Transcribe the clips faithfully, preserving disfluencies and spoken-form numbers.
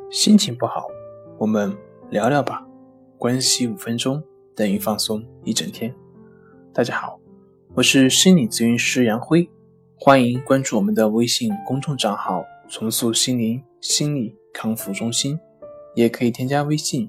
心情不好，我们聊聊吧。关系五分钟等于放松一整天。大家好，我是心理咨询师杨辉，欢迎关注我们的微信公众账号重塑心灵心理康复中心，也可以添加微信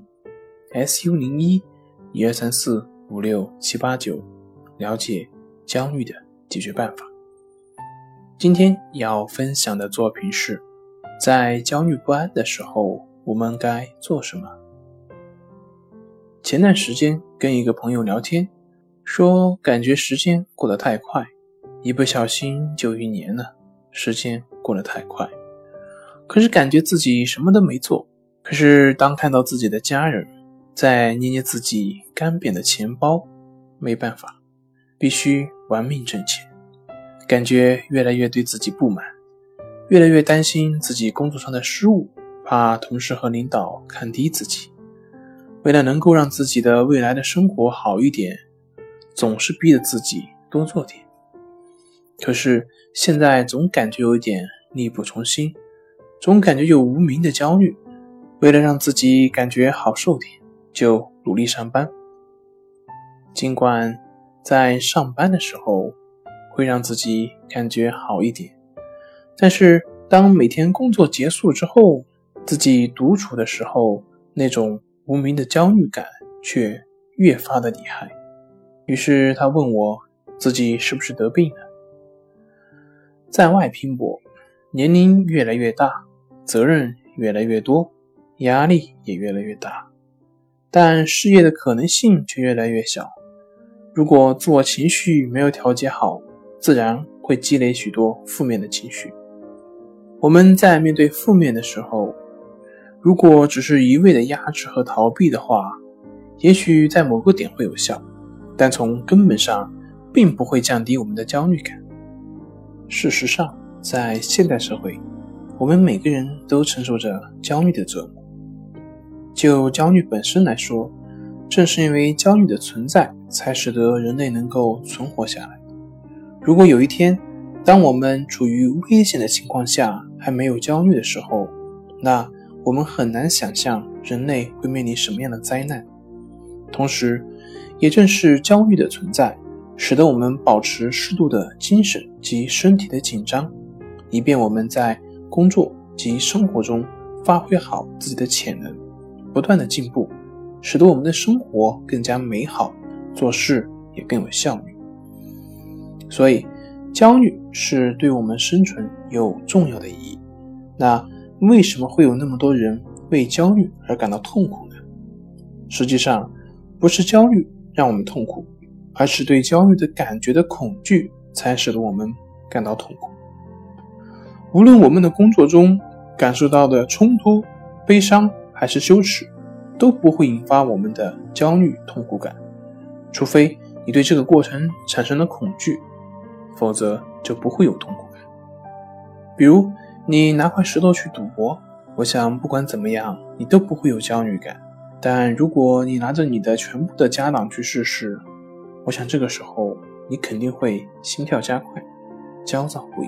S U 零一 一二三四五六七八九 了解焦虑的解决办法。今天要分享的作品是在焦虑不安的时候，我们该做什么？前段时间跟一个朋友聊天，说感觉时间过得太快，一不小心就一年了，时间过得太快。可是感觉自己什么都没做，可是当看到自己的家人在捏捏自己干瘪的钱包，没办法，必须玩命挣钱，感觉越来越对自己不满，越来越担心自己工作上的失误，怕同事和领导看低自己。为了能够让自己的未来的生活好一点，总是逼着自己多做点。可是现在总感觉有一点力不从心，总感觉有无名的焦虑，为了让自己感觉好受点，就努力上班。尽管在上班的时候会让自己感觉好一点，但是当每天工作结束之后，自己独处的时候，那种无名的焦虑感却越发的厉害。于是他问我自己是不是得病了。在外拼搏，年龄越来越大，责任越来越多，压力也越来越大，但事业的可能性却越来越小。如果自我情绪没有调节好，自然会积累许多负面的情绪。我们在面对负面的时候，如果只是一味的压制和逃避的话，也许在某个点会有效，但从根本上并不会降低我们的焦虑感。事实上，在现代社会，我们每个人都承受着焦虑的折磨。就焦虑本身来说，正是因为焦虑的存在，才使得人类能够存活下来。如果有一天，当我们处于危险的情况下还没有焦虑的时候，那我们很难想象人类会面临什么样的灾难。同时，也正是焦虑的存在，使得我们保持适度的精神及身体的紧张，以便我们在工作及生活中发挥好自己的潜能，不断的进步，使得我们的生活更加美好，做事也更有效率。所以焦虑是对我们生存有重要的意义。那为什么会有那么多人为焦虑而感到痛苦呢？实际上，不是焦虑让我们痛苦，而是对焦虑的感觉的恐惧才使得我们感到痛苦。无论我们的工作中感受到的冲突、悲伤还是羞耻，都不会引发我们的焦虑痛苦感，除非你对这个过程产生了恐惧，否则就不会有痛苦感。比如你拿块石头去赌博，我想不管怎么样你都不会有焦虑感，但如果你拿着你的全部的家当去试试，我想这个时候你肯定会心跳加快，焦躁不已。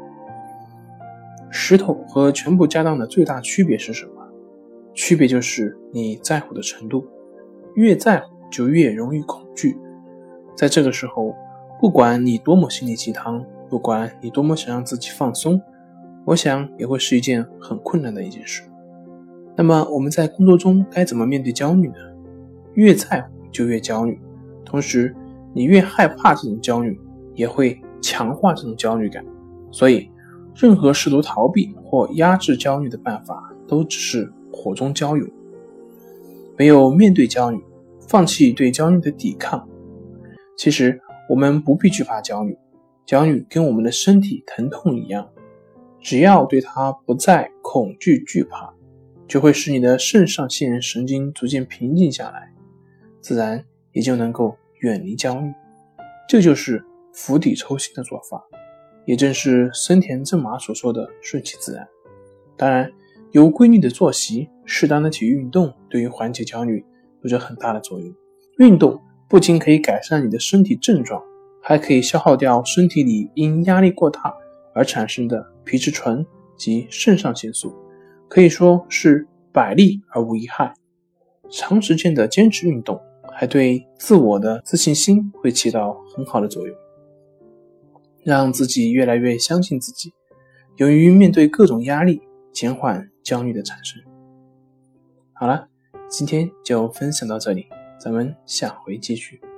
石头和全部家当的最大区别是什么？区别就是你在乎的程度，越在乎就越容易恐惧。在这个时候，不管你多么心灵鸡汤，不管你多么想让自己放松，我想也会是一件很困难的一件事。那么我们在工作中该怎么面对焦虑呢？越在乎就越焦虑，同时你越害怕这种焦虑，也会强化这种焦虑感。所以任何试图逃避或压制焦虑的办法都只是火中浇油。唯有面对焦虑，放弃对焦虑的抵抗。其实我们不必惧怕焦虑，焦虑跟我们的身体疼痛一样，只要对它不再恐惧惧怕，就会使你的肾上腺神经逐渐平静下来，自然也就能够远离焦虑。这就是釜底抽薪的做法，也正是森田正马所说的顺其自然。当然，有规律的作息，适当的体育运动对于缓解焦虑有着很大的作用。运动不仅可以改善你的身体症状，还可以消耗掉身体里因压力过大而产生的皮质醇及肾上腺素，可以说是百利而无一害。长时间的坚持运动还对自我的自信心会起到很好的作用，让自己越来越相信自己，勇于面对各种压力，减缓焦虑的产生。好了，今天就分享到这里，咱们下回继续。